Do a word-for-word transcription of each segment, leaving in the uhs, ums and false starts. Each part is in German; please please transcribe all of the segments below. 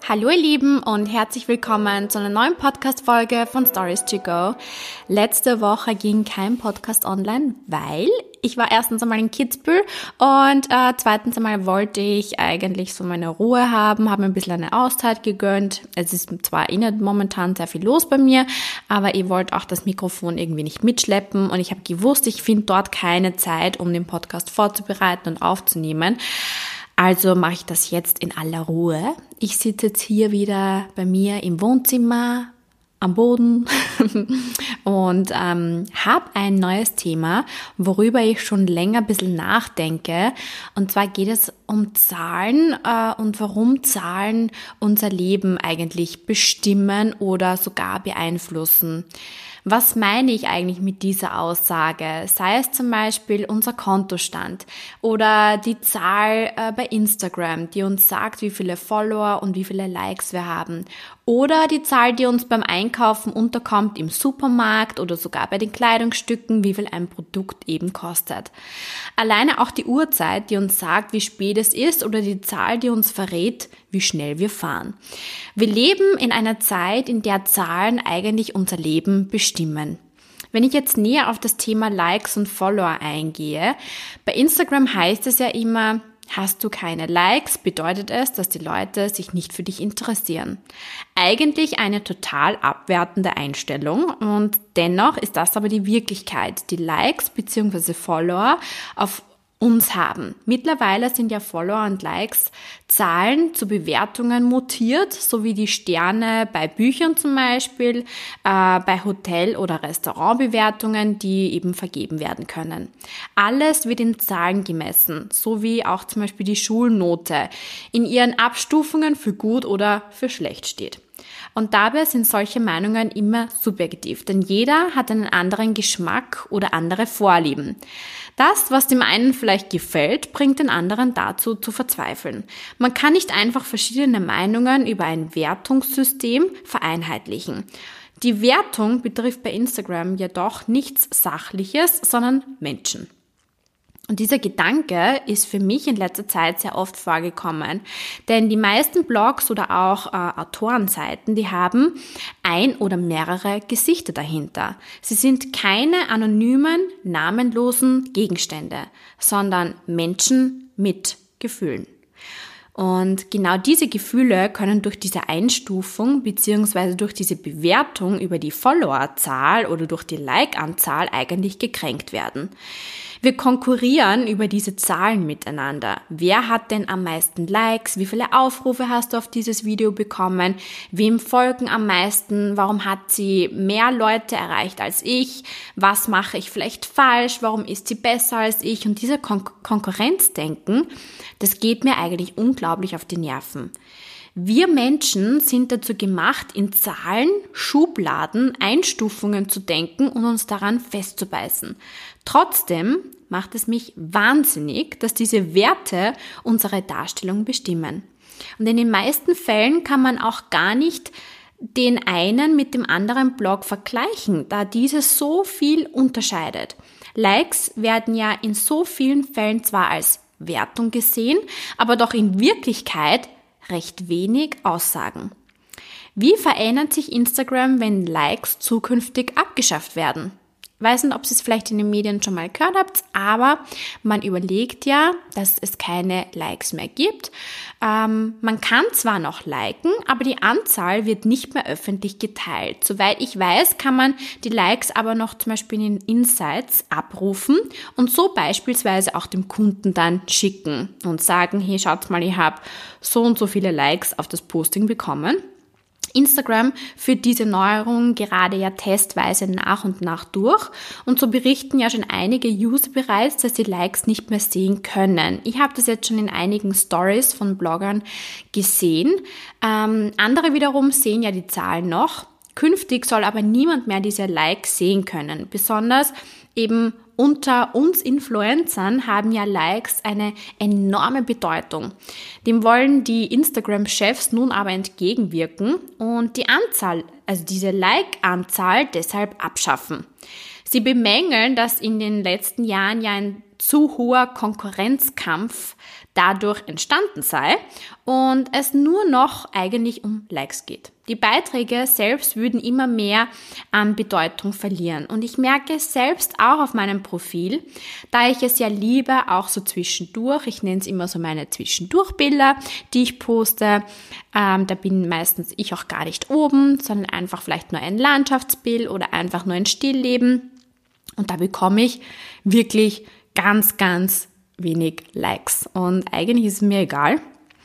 Hallo ihr Lieben und herzlich willkommen zu einer neuen Podcast-Folge von Stories to Go. Letzte Woche ging kein Podcast online, weil ich war erstens einmal in Kitzbühel und äh, zweitens einmal wollte ich eigentlich so meine Ruhe haben, habe mir ein bisschen eine Auszeit gegönnt. Es ist zwar eh nicht momentan sehr viel los bei mir, aber ich wollte auch das Mikrofon irgendwie nicht mitschleppen und ich habe gewusst, ich finde dort keine Zeit, um den Podcast vorzubereiten und aufzunehmen. Also mache ich das jetzt in aller Ruhe. Ich sitze jetzt hier wieder bei mir im Wohnzimmer, am Boden und ähm, habe ein neues Thema, worüber ich schon länger ein bisschen nachdenke. Und zwar geht es um Zahlen äh, und warum Zahlen unser Leben eigentlich bestimmen oder sogar beeinflussen. Was meine ich eigentlich mit dieser Aussage? Sei es zum Beispiel unser Kontostand oder die Zahl äh, bei Instagram, die uns sagt, wie viele Follower und wie viele Likes wir haben. Oder die Zahl, die uns beim Einkaufen unterkommt im Supermarkt oder sogar bei den Kleidungsstücken, wie viel ein Produkt eben kostet. Alleine auch die Uhrzeit, die uns sagt, wie spät es ist, oder die Zahl, die uns verrät, wie schnell wir fahren. Wir leben in einer Zeit, in der Zahlen eigentlich unser Leben bestimmen. Wenn ich jetzt näher auf das Thema Likes und Follower eingehe, bei Instagram heißt es ja immer, hast du keine Likes, bedeutet es, dass die Leute sich nicht für dich interessieren. Eigentlich eine total abwertende Einstellung und dennoch ist das aber die Wirklichkeit. Die Likes bzw. Follower auf uns haben. Mittlerweile sind ja Follower und Likes Zahlen zu Bewertungen mutiert, sowie die Sterne bei Büchern zum Beispiel, äh, bei Hotel- oder Restaurantbewertungen, die eben vergeben werden können. Alles wird in Zahlen gemessen, sowie auch zum Beispiel die Schulnote in ihren Abstufungen für gut oder für schlecht steht. Und dabei sind solche Meinungen immer subjektiv, denn jeder hat einen anderen Geschmack oder andere Vorlieben. Das, was dem einen vielleicht gefällt, bringt den anderen dazu zu verzweifeln. Man kann nicht einfach verschiedene Meinungen über ein Wertungssystem vereinheitlichen. Die Wertung betrifft bei Instagram jedoch nichts Sachliches, sondern Menschen. Und dieser Gedanke ist für mich in letzter Zeit sehr oft vorgekommen, denn die meisten Blogs oder auch äh, Autorenseiten, die haben ein oder mehrere Gesichter dahinter. Sie sind keine anonymen, namenlosen Gegenstände, sondern Menschen mit Gefühlen. Und genau diese Gefühle können durch diese Einstufung bzw. durch diese Bewertung über die Followerzahl oder durch die Like-Anzahl eigentlich gekränkt werden. Wir konkurrieren über diese Zahlen miteinander. Wer hat denn am meisten Likes? Wie viele Aufrufe hast du auf dieses Video bekommen? Wem folgen am meisten? Warum hat sie mehr Leute erreicht als ich? Was mache ich vielleicht falsch? Warum ist sie besser als ich? Und dieser Kon- Konkurrenzdenken, das geht mir eigentlich unglaublich auf die Nerven. Wir Menschen sind dazu gemacht, in Zahlen, Schubladen, Einstufungen zu denken und uns daran festzubeißen. Trotzdem macht es mich wahnsinnig, dass diese Werte unsere Darstellung bestimmen. Und in den meisten Fällen kann man auch gar nicht den einen mit dem anderen Blog vergleichen, da dieses so viel unterscheidet. Likes werden ja in so vielen Fällen zwar als Wertung gesehen, aber doch in Wirklichkeit recht wenig aussagen. Wie verändert sich Instagram, wenn Likes zukünftig abgeschafft werden? Ich weiß nicht, ob ihr es vielleicht in den Medien schon mal gehört habt, aber man überlegt ja, dass es keine Likes mehr gibt. Ähm, man kann zwar noch liken, aber die Anzahl wird nicht mehr öffentlich geteilt. Soweit ich weiß, kann man die Likes aber noch zum Beispiel in den Insights abrufen und so beispielsweise auch dem Kunden dann schicken und sagen, hey, schaut mal, ich habe so und so viele Likes auf das Posting bekommen. Instagram führt diese Neuerung gerade ja testweise nach und nach durch und so berichten ja schon einige User bereits, dass sie Likes nicht mehr sehen können. Ich habe das jetzt schon in einigen Stories von Bloggern gesehen. Ähm, andere wiederum sehen ja die Zahlen noch. Künftig soll aber niemand mehr diese Likes sehen können. Besonders eben unter uns Influencern haben ja Likes eine enorme Bedeutung. Dem wollen die Instagram-Chefs nun aber entgegenwirken und die Anzahl, also diese Like-Anzahl deshalb abschaffen. Sie bemängeln, dass in den letzten Jahren ja ein zu hoher Konkurrenzkampf dadurch entstanden sei und es nur noch eigentlich um Likes geht. Die Beiträge selbst würden immer mehr an Bedeutung verlieren und ich merke es selbst auch auf meinem Profil, da ich es ja liebe, auch so zwischendurch, ich nenne es immer so meine Zwischendurchbilder, die ich poste, ähm, da bin meistens ich auch gar nicht oben, sondern einfach vielleicht nur ein Landschaftsbild oder einfach nur ein Stillleben und da bekomme ich wirklich ganz, ganz wenig Likes und eigentlich ist es mir egal,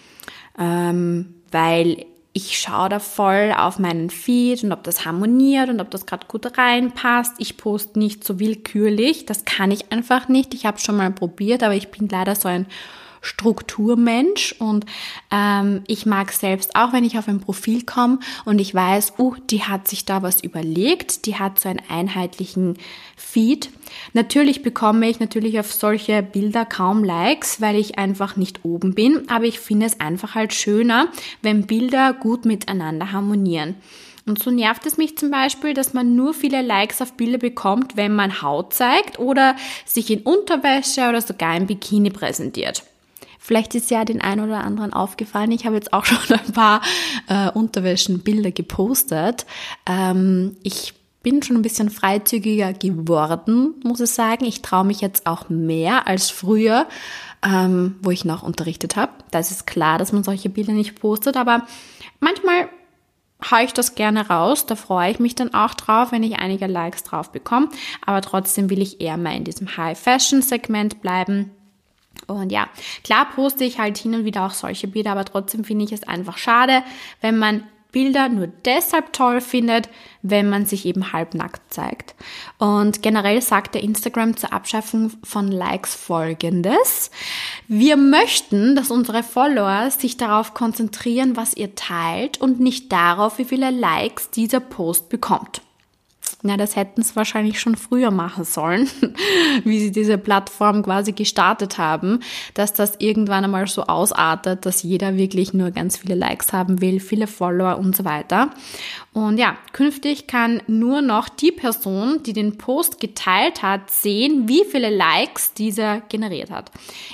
ähm, weil ich schaue da voll auf meinen Feed und ob das harmoniert und ob das gerade gut reinpasst. Ich poste nicht so willkürlich, das kann ich einfach nicht. Ich habe es schon mal probiert, aber ich bin leider so ein Strukturmensch und ähm, ich mag selbst auch, wenn ich auf ein Profil komme und ich weiß, uh, die hat sich da was überlegt, die hat so einen einheitlichen Feed. Natürlich bekomme ich natürlich auf solche Bilder kaum Likes, weil ich einfach nicht oben bin, aber ich finde es einfach halt schöner, wenn Bilder gut miteinander harmonieren. Und so nervt es mich zum Beispiel, dass man nur viele Likes auf Bilder bekommt, wenn man Haut zeigt oder sich in Unterwäsche oder sogar im Bikini präsentiert. Vielleicht ist ja den einen oder anderen aufgefallen, ich habe jetzt auch schon ein paar äh, Unterwäschenbilder gepostet. Ähm, ich bin schon ein bisschen freizügiger geworden, muss ich sagen. Ich traue mich jetzt auch mehr als früher, ähm, wo ich noch unterrichtet habe. Das ist klar, dass man solche Bilder nicht postet, aber manchmal haue ich das gerne raus, da freue ich mich dann auch drauf, wenn ich einige Likes drauf bekomme, aber trotzdem will ich eher mal in diesem High-Fashion-Segment bleiben. Und ja, klar poste ich halt hin und wieder auch solche Bilder, aber trotzdem finde ich es einfach schade, wenn man Bilder nur deshalb toll findet, wenn man sich eben halbnackt zeigt. Und generell sagt der Instagram zur Abschaffung von Likes Folgendes: Wir möchten, dass unsere Follower sich darauf konzentrieren, was ihr teilt und nicht darauf, wie viele Likes dieser Post bekommt. Na, das hätten sie wahrscheinlich schon früher machen sollen, wie sie diese Plattform quasi gestartet haben, dass das irgendwann einmal so ausartet, dass jeder wirklich nur ganz viele Likes haben will, viele Follower und so weiter. Und ja, künftig kann nur noch die Person, die den Post geteilt hat, sehen, wie viele Likes dieser generiert hat.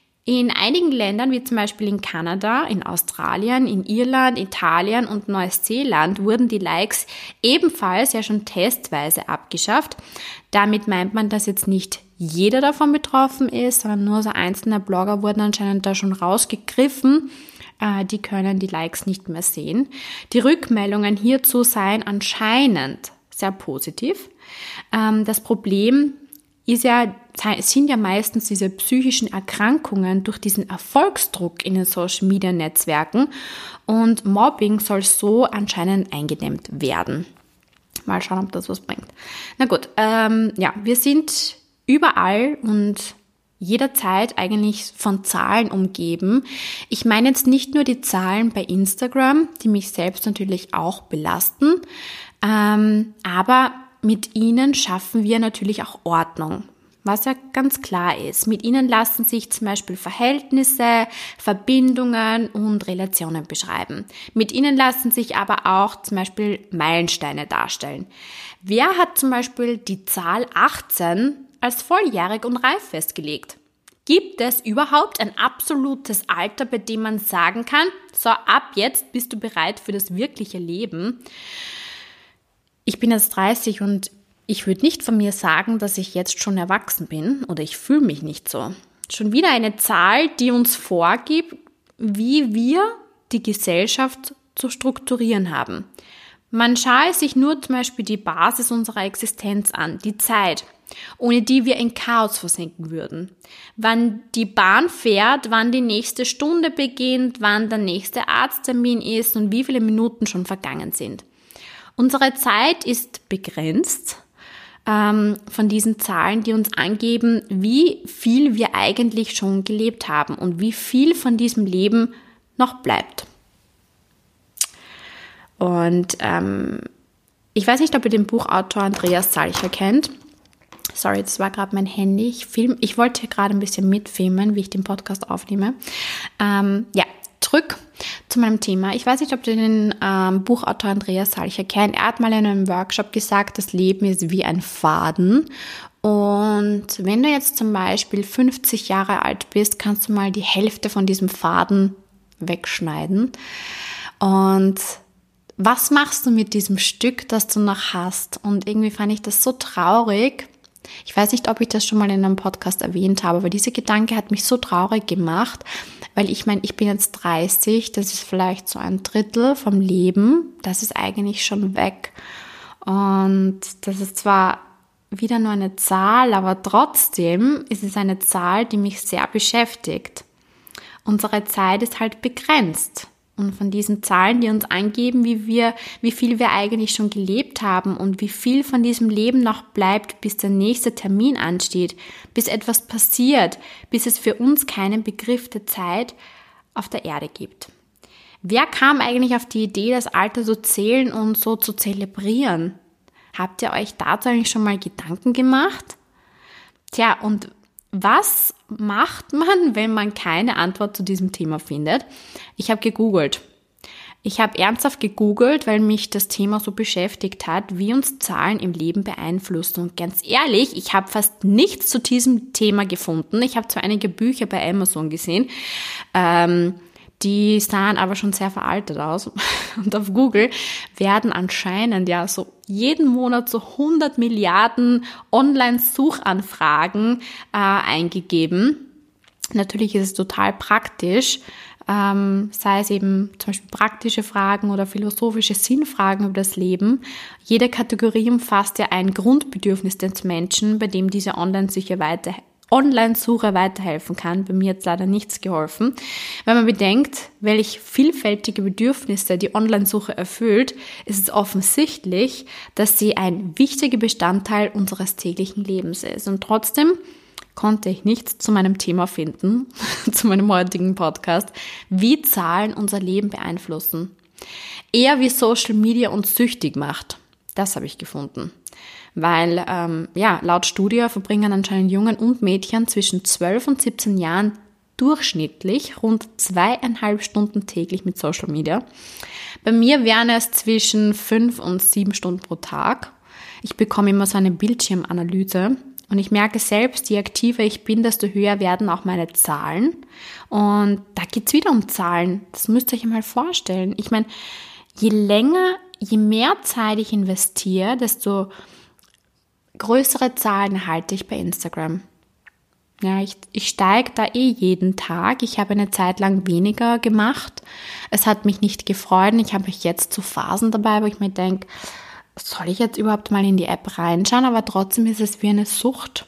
In einigen Ländern, wie zum Beispiel in Kanada, in Australien, in Irland, Italien und Neuseeland, wurden die Likes ebenfalls ja schon testweise abgeschafft. Damit meint man, dass jetzt nicht jeder davon betroffen ist, sondern nur so einzelne Blogger wurden anscheinend da schon rausgegriffen. Die können die Likes nicht mehr sehen. Die Rückmeldungen hierzu seien anscheinend sehr positiv. Das Problem ist ja, es sind ja meistens diese psychischen Erkrankungen durch diesen Erfolgsdruck in den Social-Media-Netzwerken und Mobbing soll so anscheinend eingedämmt werden. Mal schauen, ob das was bringt. Na gut, ähm, ja, wir sind überall und jederzeit eigentlich von Zahlen umgeben. Ich meine jetzt nicht nur die Zahlen bei Instagram, die mich selbst natürlich auch belasten, ähm, aber mit ihnen schaffen wir natürlich auch Ordnung, was ja ganz klar ist. Mit ihnen lassen sich zum Beispiel Verhältnisse, Verbindungen und Relationen beschreiben. Mit ihnen lassen sich aber auch zum Beispiel Meilensteine darstellen. Wer hat zum Beispiel die Zahl achtzehn als volljährig und reif festgelegt? Gibt es überhaupt ein absolutes Alter, bei dem man sagen kann, so ab jetzt bist du bereit für das wirkliche Leben? Ich bin jetzt dreißig und ich würde nicht von mir sagen, dass ich jetzt schon erwachsen bin oder ich fühle mich nicht so. Schon wieder eine Zahl, die uns vorgibt, wie wir die Gesellschaft zu strukturieren haben. Man schaue sich nur zum Beispiel die Basis unserer Existenz an, die Zeit, ohne die wir in Chaos versinken würden. Wann die Bahn fährt, wann die nächste Stunde beginnt, wann der nächste Arzttermin ist und wie viele Minuten schon vergangen sind. Unsere Zeit ist begrenzt ähm, von diesen Zahlen, die uns angeben, wie viel wir eigentlich schon gelebt haben und wie viel von diesem Leben noch bleibt. Und ähm, ich weiß nicht, ob ihr den Buchautor Andreas Salcher kennt. Sorry, das war gerade mein Handy. Ich, film, ich wollte hier gerade ein bisschen mitfilmen, wie ich den Podcast aufnehme. Ähm, ja, zurück zu meinem Thema. Ich weiß nicht, ob du den ähm, Buchautor Andreas Salcher kennt. Er hat mal in einem Workshop gesagt, das Leben ist wie ein Faden. Und wenn du jetzt zum Beispiel fünfzig Jahre alt bist, kannst du mal die Hälfte von diesem Faden wegschneiden. Und was machst du mit diesem Stück, das du noch hast? Und irgendwie fand ich das so traurig. Ich weiß nicht, ob ich das schon mal in einem Podcast erwähnt habe, aber dieser Gedanke hat mich so traurig gemacht, weil ich meine, ich bin jetzt dreißig, das ist vielleicht so ein Drittel vom Leben, das ist eigentlich schon weg. Und das ist zwar wieder nur eine Zahl, aber trotzdem ist es eine Zahl, die mich sehr beschäftigt. Unsere Zeit ist halt begrenzt. Und von diesen Zahlen, die uns angeben, wie wir, wie viel wir eigentlich schon gelebt haben und wie viel von diesem Leben noch bleibt, bis der nächste Termin ansteht, bis etwas passiert, bis es für uns keinen Begriff der Zeit auf der Erde gibt. Wer kam eigentlich auf die Idee, das Alter zu zählen und so zu zelebrieren? Habt ihr euch dazu eigentlich schon mal Gedanken gemacht? Tja, und was macht man, wenn man keine Antwort zu diesem Thema findet? Ich habe gegoogelt. Ich habe ernsthaft gegoogelt, weil mich das Thema so beschäftigt hat, wie uns Zahlen im Leben beeinflussen. Und ganz ehrlich, ich habe fast nichts zu diesem Thema gefunden. Ich habe zwar einige Bücher bei Amazon gesehen, ähm, die sahen aber schon sehr veraltet aus. Und auf Google werden anscheinend ja so jeden Monat so hundert Milliarden Online-Suchanfragen äh, eingegeben. Natürlich ist es total praktisch, ähm, sei es eben zum Beispiel praktische Fragen oder philosophische Sinnfragen über das Leben. Jede Kategorie umfasst ja ein Grundbedürfnis des Menschen, bei dem diese Online-Suche weiter Online-Suche weiterhelfen kann. Bei mir hat es leider nichts geholfen. Wenn man bedenkt, welche vielfältige Bedürfnisse die Online-Suche erfüllt, ist es offensichtlich, dass sie ein wichtiger Bestandteil unseres täglichen Lebens ist. Und trotzdem konnte ich nichts zu meinem Thema finden, zu meinem heutigen Podcast, wie Zahlen unser Leben beeinflussen. Eher wie Social Media uns süchtig macht. Das habe ich gefunden. Weil, ähm, ja, laut Studie verbringen anscheinend Jungen und Mädchen zwischen zwölf und siebzehn Jahren durchschnittlich rund zweieinhalb Stunden täglich mit Social Media. Bei mir wären es zwischen fünf und sieben Stunden pro Tag. Ich bekomme immer so eine Bildschirmanalyse und ich merke selbst, je aktiver ich bin, desto höher werden auch meine Zahlen. Und da geht's wieder um Zahlen. Das müsst ihr euch mal vorstellen. Ich meine, je länger, je mehr Zeit ich investiere, desto größere Zahlen erhalte ich bei Instagram. Ja, ich, ich steige da eh jeden Tag. Ich habe eine Zeit lang weniger gemacht. Es hat mich nicht gefreut. Ich habe mich jetzt zu Phasen dabei, wo ich mir denke, soll ich jetzt überhaupt mal in die App reinschauen? Aber trotzdem ist es wie eine Sucht.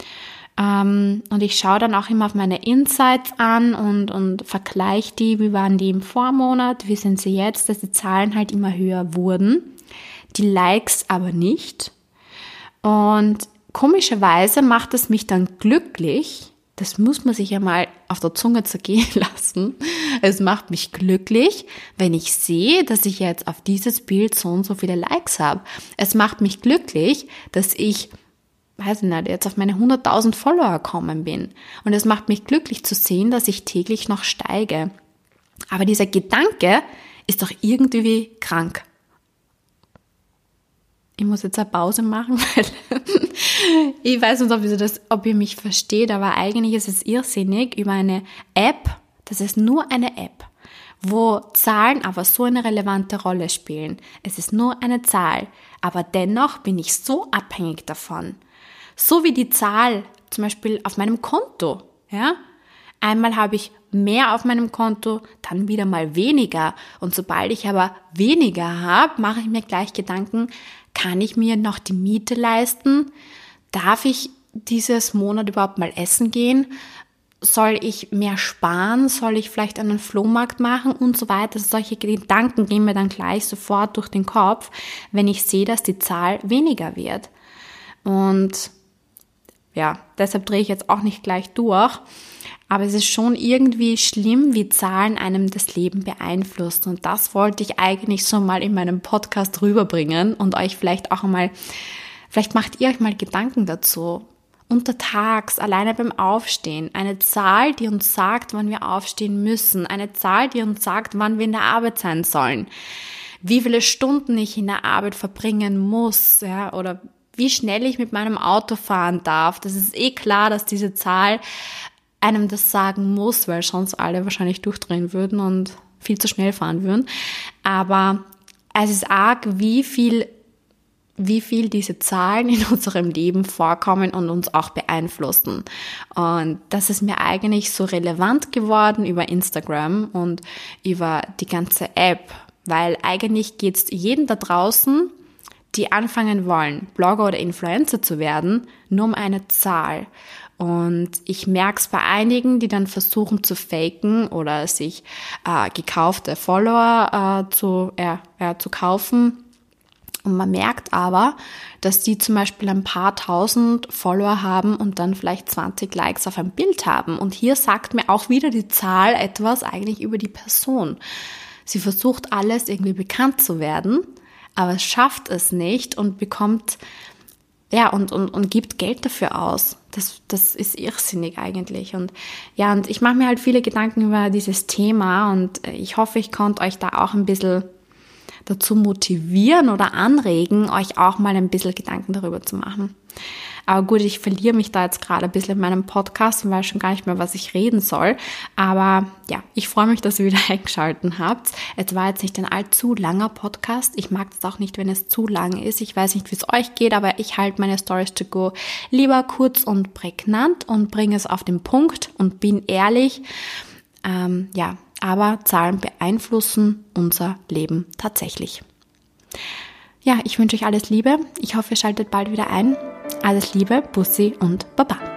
Ähm, und ich schaue dann auch immer auf meine Insights an und, und vergleiche die, wie waren die im Vormonat, wie sind sie jetzt, dass die Zahlen halt immer höher wurden. Die Likes aber nicht. Und komischerweise macht es mich dann glücklich, das muss man sich ja mal auf der Zunge zergehen lassen, es macht mich glücklich, wenn ich sehe, dass ich jetzt auf dieses Bild so und so viele Likes habe. Es macht mich glücklich, dass ich, weiß ich nicht, jetzt auf meine hunderttausend Follower gekommen bin. Und es macht mich glücklich zu sehen, dass ich täglich noch steige. Aber dieser Gedanke ist doch irgendwie krank. Ich muss jetzt eine Pause machen, weil ich weiß nicht, ob ihr, das, ob ihr mich versteht, aber eigentlich ist es irrsinnig über eine App, das ist nur eine App, wo Zahlen aber so eine relevante Rolle spielen. Es ist nur eine Zahl, aber dennoch bin ich so abhängig davon. So wie die Zahl zum Beispiel auf meinem Konto. Ja? Einmal habe ich mehr auf meinem Konto, dann wieder mal weniger. Und sobald ich aber weniger habe, mache ich mir gleich Gedanken, kann ich mir noch die Miete leisten? Darf ich dieses Monat überhaupt mal essen gehen? Soll ich mehr sparen? Soll ich vielleicht einen Flohmarkt machen? Und so weiter. Solche Gedanken gehen mir dann gleich sofort durch den Kopf, wenn ich sehe, dass die Zahl weniger wird. Und ja, deshalb drehe ich jetzt auch nicht gleich durch. Aber es ist schon irgendwie schlimm, wie Zahlen einem das Leben beeinflussen. Und das wollte ich eigentlich so mal in meinem Podcast rüberbringen und euch vielleicht auch einmal, vielleicht macht ihr euch mal Gedanken dazu. Untertags, alleine beim Aufstehen, eine Zahl, die uns sagt, wann wir aufstehen müssen. Eine Zahl, die uns sagt, wann wir in der Arbeit sein sollen. Wie viele Stunden ich in der Arbeit verbringen muss, ja, oder wie schnell ich mit meinem Auto fahren darf. Das ist eh klar, dass diese Zahl einem das sagen muss, weil sonst alle wahrscheinlich durchdrehen würden und viel zu schnell fahren würden. Aber es ist arg, wie viel, wie viel diese Zahlen in unserem Leben vorkommen und uns auch beeinflussen. Und das ist mir eigentlich so relevant geworden über Instagram und über die ganze App, weil eigentlich geht es jedem da draußen, die anfangen wollen, Blogger oder Influencer zu werden, nur um eine Zahl. Und ich merke es bei einigen, die dann versuchen zu faken oder sich äh, gekaufte Follower äh, zu, äh, äh, zu kaufen. Und man merkt aber, dass die zum Beispiel ein paar tausend Follower haben und dann vielleicht zwanzig Likes auf ein Bild haben. Und hier sagt mir auch wieder die Zahl etwas eigentlich über die Person. Sie versucht alles irgendwie bekannt zu werden, aber schafft es nicht und bekommt, ja, und, und, und gibt Geld dafür aus. Das, das ist irrsinnig eigentlich. Und ja, und ich mache mir halt viele Gedanken über dieses Thema und ich hoffe, ich konnte euch da auch ein bisschen dazu motivieren oder anregen, euch auch mal ein bisschen Gedanken darüber zu machen. Aber gut, ich verliere mich da jetzt gerade ein bisschen in meinem Podcast und weiß schon gar nicht mehr, was ich reden soll. Aber ja, ich freue mich, dass ihr wieder eingeschaltet habt. Es war jetzt nicht ein allzu langer Podcast. Ich mag es auch nicht, wenn es zu lang ist. Ich weiß nicht, wie es euch geht, aber ich halte meine Stories to go lieber kurz und prägnant und bringe es auf den Punkt und bin ehrlich. Ähm, ja, aber Zahlen beeinflussen unser Leben tatsächlich. Ja, ich wünsche euch alles Liebe. Ich hoffe, ihr schaltet bald wieder ein. Alles Liebe, Bussi und Baba.